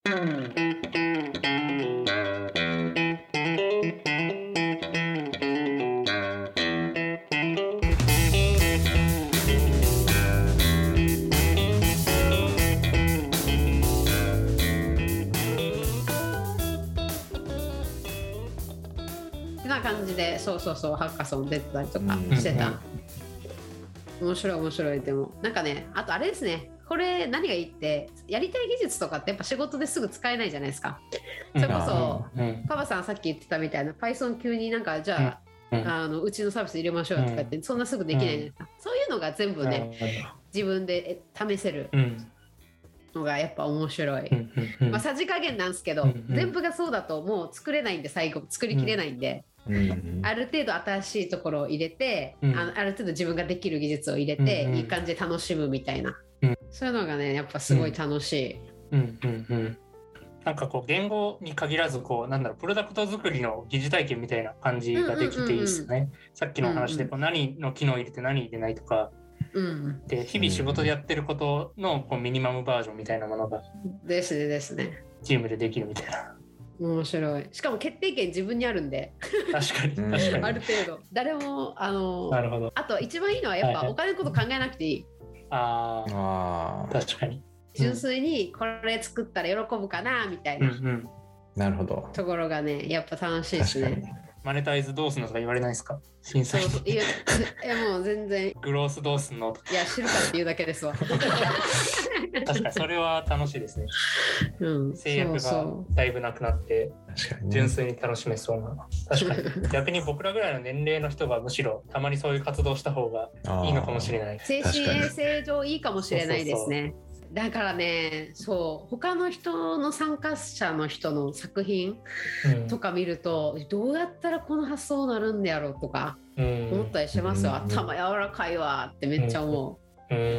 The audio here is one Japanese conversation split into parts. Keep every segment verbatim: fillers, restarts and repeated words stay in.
な感じで、そうそうそう、ハッカソン出てたりとかしてた、うんうん、面白い面白い。でもなんかね、あとあれですね、これ何がいいってやりたい技術とかってやっぱ仕事ですぐ使えないじゃないですか。それこそ、うん、カバさんさっき言ってたみたいな Python 急になんかじゃあ、うん、あのうちのサービス入れましょうとかって、うん、そんなすぐできないじゃないですか、うん、そういうのが全部ね、自分で試せるのがやっぱ面白い、うんうんうん、まあ、さじ加減なんですけど、うんうん、全部がそうだともう作れないんで、最後作りきれないんで、うんうん、ある程度新しいところを入れて、うん、あ, ある程度自分ができる技術を入れて、うんうん、いい感じで楽しむみたいな、うん、そういうのがねやっぱすごい楽しい、うんうんうんうん、 なんかこう言語に限らずこうなんだろう、プロダクト作りの疑似体験みたいな感じができていいですよね、うんうんうんうん、さっきの話でこう何の機能入れて何入れないとか、うん、で日々仕事でやってることのこうミニマムバージョンみたいなものがですねですねチームでできるみたいな。 面白い。しかも決定権自分にあるんで確かに確かにある程度誰もあのなるほど。 あと一番いいのはやっぱお金のこと考えなくていい、 はいはい、ああ確かに純粋にこれ作ったら喜ぶかなみたいな、うんうん、 なるほどところがねやっぱ楽しいですね。 マネタイズどうすんのとか言われないですか、審査員に。 いや、いやもう全然グロースどうすんのとか。 いや知るかって言うだけですわ確かにそれは楽しいですね、うん、制約がだいぶなくなって純粋に楽しめそうな。確かに逆に僕らぐらいの年齢の人がむしろたまにそういう活動した方がいいのかもしれない。 精神衛生上いいかもしれないですね。そうそうそう、だからね、そう他の人の参加者の人の作品とか見ると、うん、どうやったらこの発想になるんだやろうとか思ったりしますよ、うん、頭柔らかいわってめっちゃ思う、うん、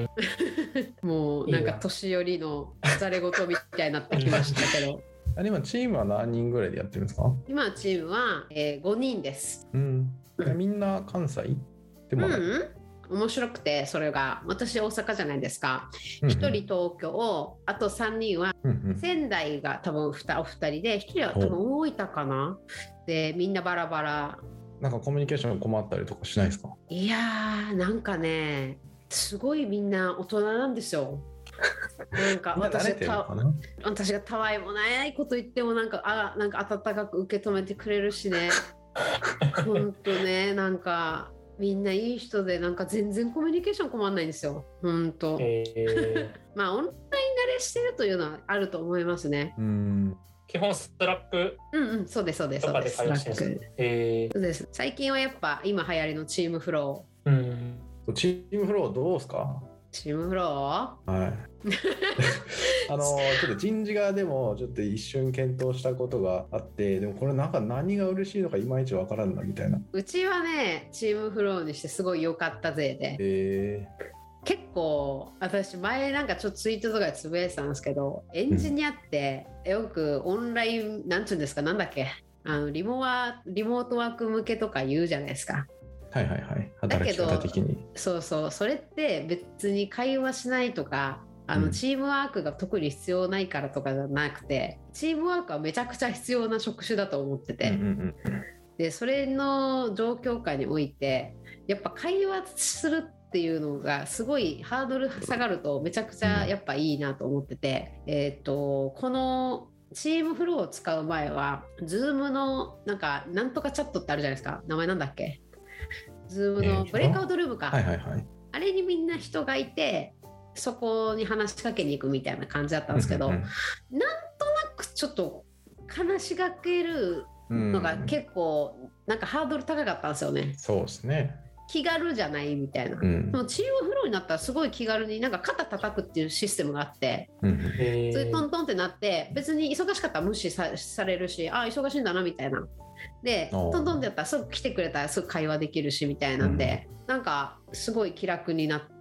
もうなんか年寄りのざれ言みたいになってきましたけどあれ今チームは何人ぐらいでやってるんですか？ 今チームは、えー、ごにんです、 うん、みんな関西でもない、 うん面白くて、それが私大阪じゃないですか、うん、ひとり東京、あとさんにんは仙台が多分お二人で、ひとりは多分大分かなで、みんなバラバラ。 なんかコミュニケーション困ったりとかしないですか？ いやーなんかねすごいみんな大人なんですよなんか私が私がたわいもないこと言ってもなんかあなんか温かく受け止めてくれるしねほんとね、なんかみんないい人で、なんか全然コミュニケーション困んないんですよ、ほんと、えー、まあオンライン慣れしてるというのはあると思いますね。 うん、基本スラックうんうんそうですそうですそうです、スラック、えー、そうです。最近はやっぱ今流行りのチームフロー、 うん、チームフローどうですか？ チームフローはいあのちょっと人事側でもちょっと一瞬検討したことがあって、でもこれなんか何が嬉しいのかいまいちわからんなみたいな。 うちはねチームフローにしてすごい良かったぜで、えー、結構私前なんかちょっとツイートとかでつぶやいてたんですけど、エンジニアってよくオンラインなんていうんですか、なんだっけ、あのリモワリモートワーク向けとか言うじゃないですか。 はいはいはい、働き方的に。 だけどそうそう、それって別に会話しないとかあのチームワークが特に必要ないからとかじゃなくて、うん、チームワークはめちゃくちゃ必要な職種だと思ってて、うんうんうん、でそれの状況下においてやっぱ会話するっていうのがすごいハードル下がるとめちゃくちゃやっぱいいなと思ってて、うん、えーとこのチームフローを使う前は Zoom のなんかなんとかチャットってあるじゃないですか、名前なんだっけ、Zoom のブレイクアウトルームか、 はいはいはい、 あれにみんな人がいてそこに話しかけに行くみたいな感じだったんですけど、なんとなくちょっと話しかけるのが結構なんかハードル高かったんですよね。 そうですね、 気軽じゃないみたいな、うん、でもチームフローになったらすごい気軽になんか肩叩くっていうシステムがあって、うん、それでトントンってなって別に忙しかったら無視 さ, されるし、あ忙しいんだなみたいなでトントンってやったらすぐ来てくれたらすぐ会話できるしみたいなんで、うん、なんかすごい気楽になって、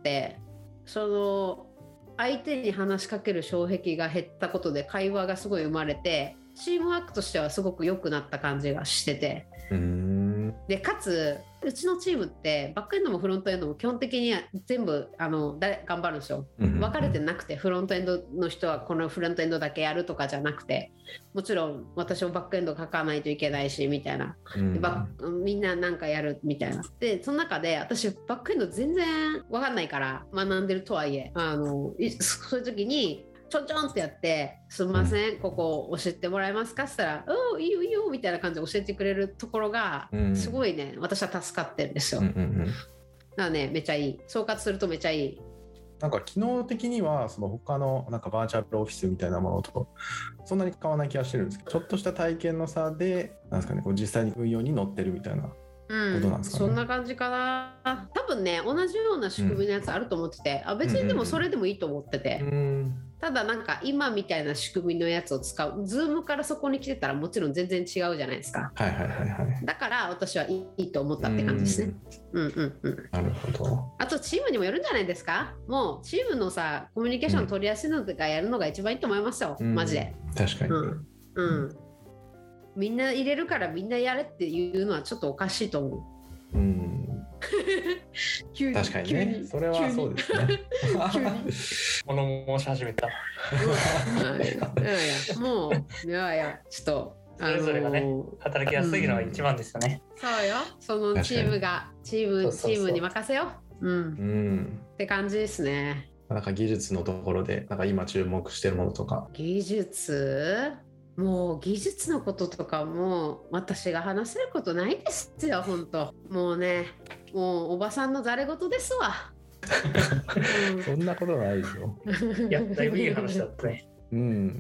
その相手に話しかける障壁が減ったことで会話がすごい生まれてチームワークとしてはすごく良くなった感じがしてて、うーんでかつうちのチームってバックエンドもフロントエンドも基本的には全部あの誰頑張るんですよ。分かれてなくて、フロントエンドの人はこのフロントエンドだけやるとかじゃなくて、もちろん私もバックエンド書かないといけないしみたいな、でバッみんななんかやるみたいな。でその中で私バックエンド全然分かんないから学んでるとはいえ、あのそういう時にちょんちょんってやって「すみません、うん、ここ教えてもらえますか?」って言ったら「おおいいよいいよ」みたいな感じで教えてくれるところがすごいね、うん、私は助かってるんですよ、うんうんうん、だからねめっちゃいい、総括するとめっちゃいい。 なんか機能的にはその他のなんかバーチャルオフィスみたいなものとそんなに変わらない気がしてるんですけど、ちょっとした体験の差でなんですかね、こう実際に運用に乗ってるみたいなことなんですかね、うん、 そんな感じかな。多分ね同じような仕組みのやつあると思ってて、うん、あ別にでもそれでもいいと思ってて、うんうんうん、ただなんか今みたいな仕組みのやつを使う、ズームからそこに来てたらもちろん全然違うじゃないですか。 はいはいはいはい。 だから私はいいと思ったって感じですね。うんうんうん。 なるほど。 あとチームにもよるんじゃないですか。もうチームのさコミュニケーション取りやすいのがやるのが一番いいと思いますよ、うん、マジで。 確かに。うん。 うん、みんな入れるからみんなやれっていうのはちょっとおかしいと思う。うん。 確かにね、それはそうですね。 物申し始めた。いやいやもういやいやちょっとそれぞれがね、あのー、働きやすいのが一番ですよね。 うん、そうよ、そのチームがチームチームに任せよう。うん。うん、って感じですね。 なんか技術のところでなんか今注目してるものとか。 技術。もう技術のこととかも私が話せることないですよ本当。もうねもうおばさんのざれ言ですわ。 うん、そんなことないですよ。 いやだいぶいい話だったね。うん、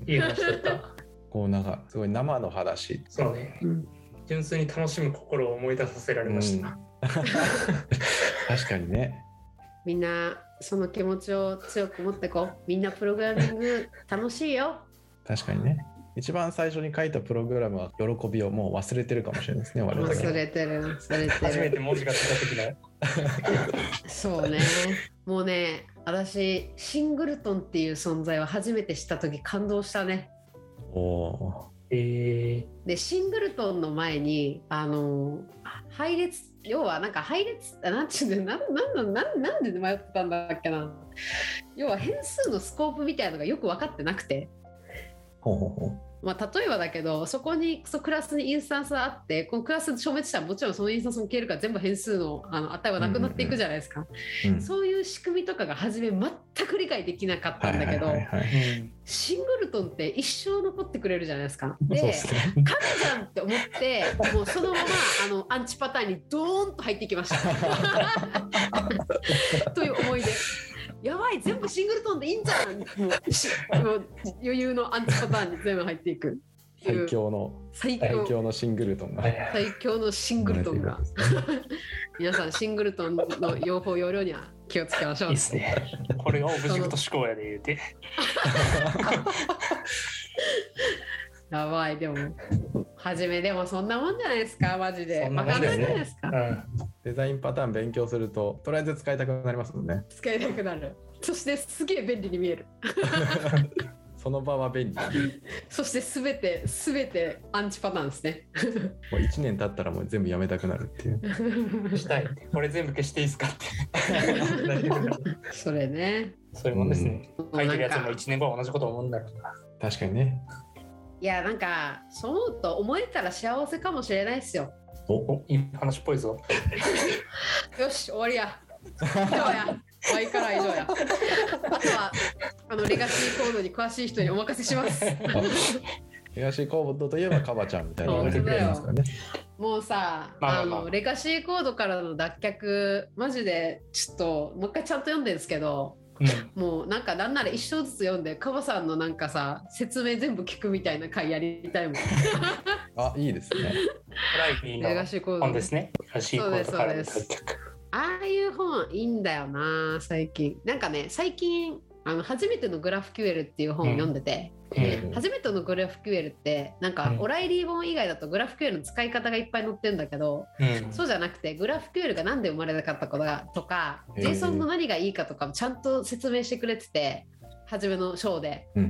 いい話だった。 こうなんかすごい生の話。 そうね、うん、純粋に楽しむ心を思い出させられました、うん、 確かにね。 みんなその気持ちを強く持ってこう。みんなプログラミング楽しいよ。 確かにね。一番最初に書いたプログラムは喜びをもう忘れてるかもしれないですね。我々 忘れてる忘れてる。 初めて文字が出た時だ。 そうね。もうね私シングルトンっていう存在を初めて知った時感動したね。 おえー、でシングルトンの前にあの配列、要はなんか配列なんていうの、なんなんなんなんで迷ってたんだっけな。要は変数のスコープみたいなのがよく分かってなくて。 ほうほうほう。 まあ、例えばだけどそこにそクラスにインスタンスがあってこのクラス消滅したらもちろんそのインスタンスも消えるから全部変数 の, あの値はなくなっていくじゃないですか、うんうんうん、そういう仕組みとかが初め全く理解できなかったんだけど、はいはいはいはい、シングルトンって一生残ってくれるじゃないですか。で神じゃんって思ってもうそのままあのアンチパターンにドーンと入っていきましたという思い出。やばい全部シングルトンでいいんじゃん。もうもう余裕のアンチパターンに全部入っていく。 最強の最強、最強のシングルトンが最強のシングルトンが皆さんシングルトンの用法用量には気をつけましょう。 いいですね。これがオブジェクト思考やで言うて。 やばいでも初めでもそんなもんじゃないですかマジで。わかんないじゃないですか、うん。 デザインパターン勉強するととりあえず使いたくなりますもんね。 使いたくなる。そしてすげえ便利に見える。 その場は便利。 そしてすべてすべてアンチパターンですね。 もういちねん経ったらもう全部やめたくなるっていう。 したい。これ全部消していいですかって。 それね。 そういうもんですね。うん、書いてるやつもいちねんごは同じこと思うんだろうな。 確かにね。 いやなんかそう思うと思えたら幸せかもしれないですよ。 おいい話っぽいぞ。 よし終わりや。以上や。ワイから以上や。あとはあのレガシーコードに詳しい人にお任せします。レガシーコードといえばカバちゃんみたいなのが出てくるんですかね。 もうさ、まあまあまあ、あのレガシーコードからの脱却マジでちょっともう一回ちゃんと読んでるんですけど、うん、もうなんかなんなら一章ずつ読んでカバさんのなんかさ説明全部聞くみたいな回やりたいもん。 あ、いいですね。 レガシーコード本ですね。レガシーコードからの脱却。 ああいう本いいんだよな最近。なんかね最近あの初めてのグラフ キューエル っていう本を読んでて、うんでうん、初めてのグラフ キューエル ってなんか、うん、オライリー本以外だとグラフ キューエル の使い方がいっぱい載ってるんだけど、うん、そうじゃなくてグラフ キューエル がなんで生まれなかったことがとか JSON の何がいいかとかもちゃんと説明してくれてて初めの章で、うんうん、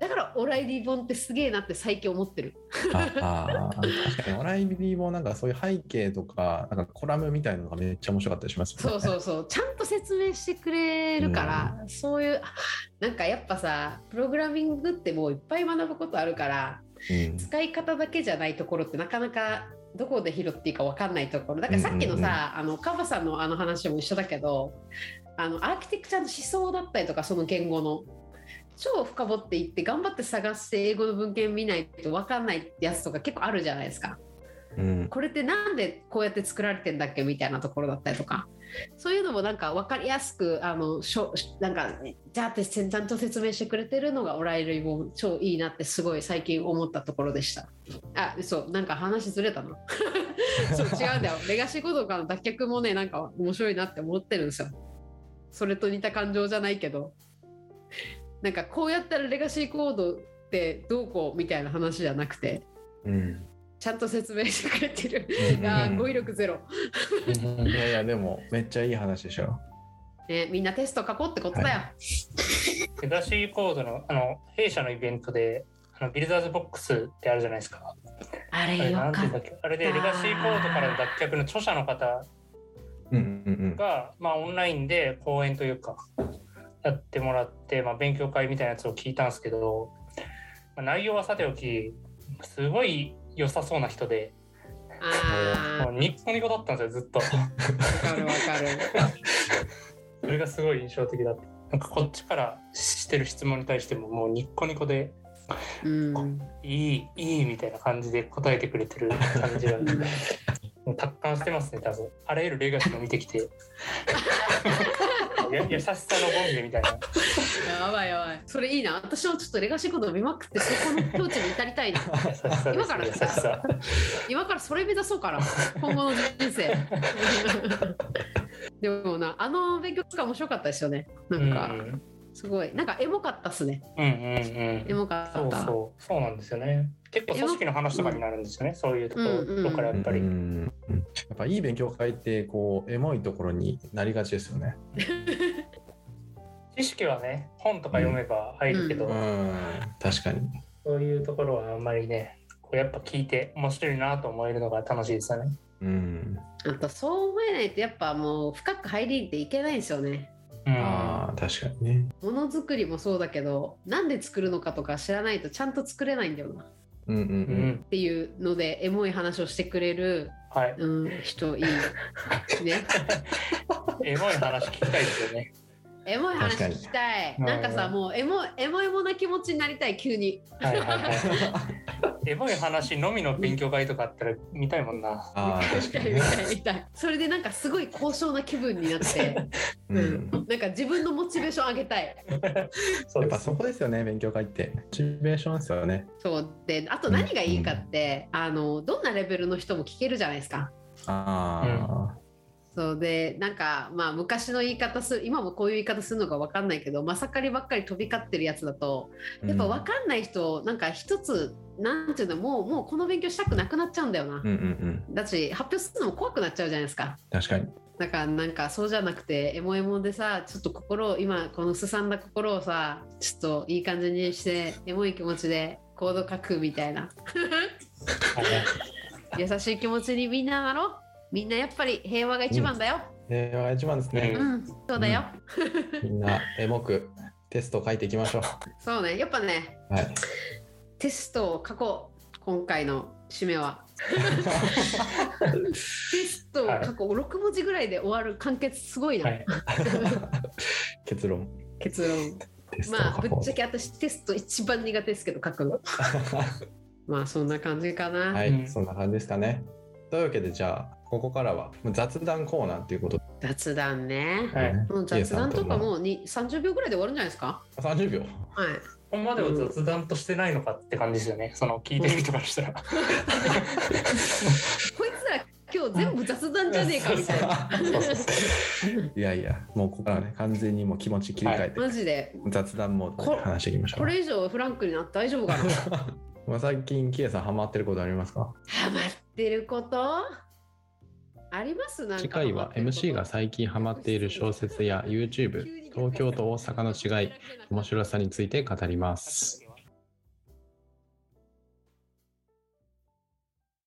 だからオライリー本ってすげえなって最近思ってる。 ああ確かにオライリー本なんかそういう背景とかなんかコラムみたいなのがめっちゃ面白かったりしますよね。 そうそうそう、ちゃんと説明してくれるから、うん、そういうなんかやっぱさプログラミングってもういっぱい学ぶことあるから、うん、使い方だけじゃないところってなかなかどこで拾っていいか分かんないところだから、さっきのさ、うんうんうん、あのカバさんのあの話も一緒だけど、あのアーキテクチャの思想だったりとかその言語の超深掘っていって頑張って探して英語の文献見ないと分かんないってやつとか結構あるじゃないですか、うん、これってなんでこうやって作られてんだっけみたいなところだったりとか、そういうのもなんか分かりやすくあのしょなんかじゃあってちゃんと説明してくれてるのがオライリーも超いいなってすごい最近思ったところでした。あ、そうなんか話ずれたなそう違うんだよ、レガシーコードからの脱却もねなんか面白いなって思ってるんですよ。それと似た感情じゃないけど、なんかこうやったらレガシーコードってどうこうみたいな話じゃなくて、うん、ちゃんと説明してくれてる。いや語彙力ゼロいやいやでもめっちゃいい話でしょ、 ね、みんなテスト書こうってことだよ、はい、 レガシーコード の, あの弊社のイベントであのビルダーズボックスってあるじゃないですか。 あれよかった。 あれでレガシーコードからの脱却の著者の方が、うんうんうんまあ、オンラインで講演というかやってもらって、まあ、勉強会みたいなやつを聞いたんですけど、まあ、内容はさておきすごい良さそうな人で、あもうニッコニコだったんですよずっと。わかるわかるそれがすごい印象的だった。なんかこっちからしてる質問に対してももうニッコニコで、うん、いいいいみたいな感じで答えてくれてる感じがもう達観してますね多分。あらゆるレガシーを見てきてや優しさのボンベみたいな。 やばいやばい。それいいな。私もちょっとレガシーコードを見まくってそこの境地に至りたいな。今から優しさ今からそれ目指そうかな。今後の人生。でもな、あの勉強会面白かったですよね。なんか、うん、すごいなんかエモかったっすね。うんうんうん。エモかった。 そうそうそうなんですよね。結構組織の話とかになるんですよね。うん、そういうところからやっぱり。うんうんうん、やっぱいい勉強会ってこうエモいところになりがちですよね。 知識はね本とか読めば入るけど、うんうん、 確かにそういうところはあんまりねこうやっぱ聞いて面白いなと思えるのが楽しいですよね。 うん、あとそう思えないとやっぱもう深く入りっていけないんですよね。 うん、あ確かにね。 ものづくりもそうだけどなんで作るのかとか知らないとちゃんと作れないんだよな。うんうんうん、っていうのでエモい話をしてくれる、はいうん、人いいね。 エモい話聞きたいですよね。 エモい話聞きたい。なんかさもうエモエモエモな気持ちになりたい急に。はいはいはい、 エモい話のみの勉強会とかあったら見たいもんな。 あ確かに見たい見たい。それでなんかすごい高尚な気分になって、うん、なんか自分のモチベーション上げたい。 そうやっぱそこですよね勉強会ってモチベーションですよね。 そうであと何がいいかって、うん、あのどんなレベルの人も聞けるじゃないですか。ああ。うんそうでなんかまあ昔の言い方する今もこういう言い方するのか分かんないけどまさかりばっかり飛び交ってるやつだとやっぱ分かんない人なんか一つなんていうのもうもうこの勉強したくなくなっちゃうんだよな、うんうんうん、だし発表するのも怖くなっちゃうじゃないですか。 確かに。 だからなんかそうじゃなくてエモエモでさちょっと心を今このすさんだ心をさちょっといい感じにしてエモい気持ちでコード書くみたいな優しい気持ちにみんななろう。みんなやっぱり平和が一番だよ、 うん、平和が一番ですね、 うん、そうだよ、 うん、みんなエモくテストを書いていきましょう。 そうねやっぱね、はい、テストを書こう今回の締めはテストを書こう、はい、ろく文字ぐらいで終わる完結すごいな、はい、 結論結論まあぶっちゃけ私テスト一番苦手ですけど書くのまあそんな感じかな。 はい、うん、そんな感じですかね。というわけでじゃあここからは雑談コーナーということで。 雑談ね、はい、もう雑談とかもうさんじゅうびょうぐらいで終わるんじゃないですか。 さんじゅうびょう、 はい、 ここまでは雑談としてないのかって感じですよね、うん、その聞いてる人からしたらこいつら今日全部雑談じゃねえかみたいないやいやもうここからね完全にもう気持ち切り替えて、 はい、マジで雑談モードで話していきましょう。 これ以上フランクになって大丈夫かなまあ最近キエさんハマってることありますか。 ハマってることあります。なんか次回は エムシー が最近ハマっている小説や YouTube、東京と大阪の違い、面白さについて語ります。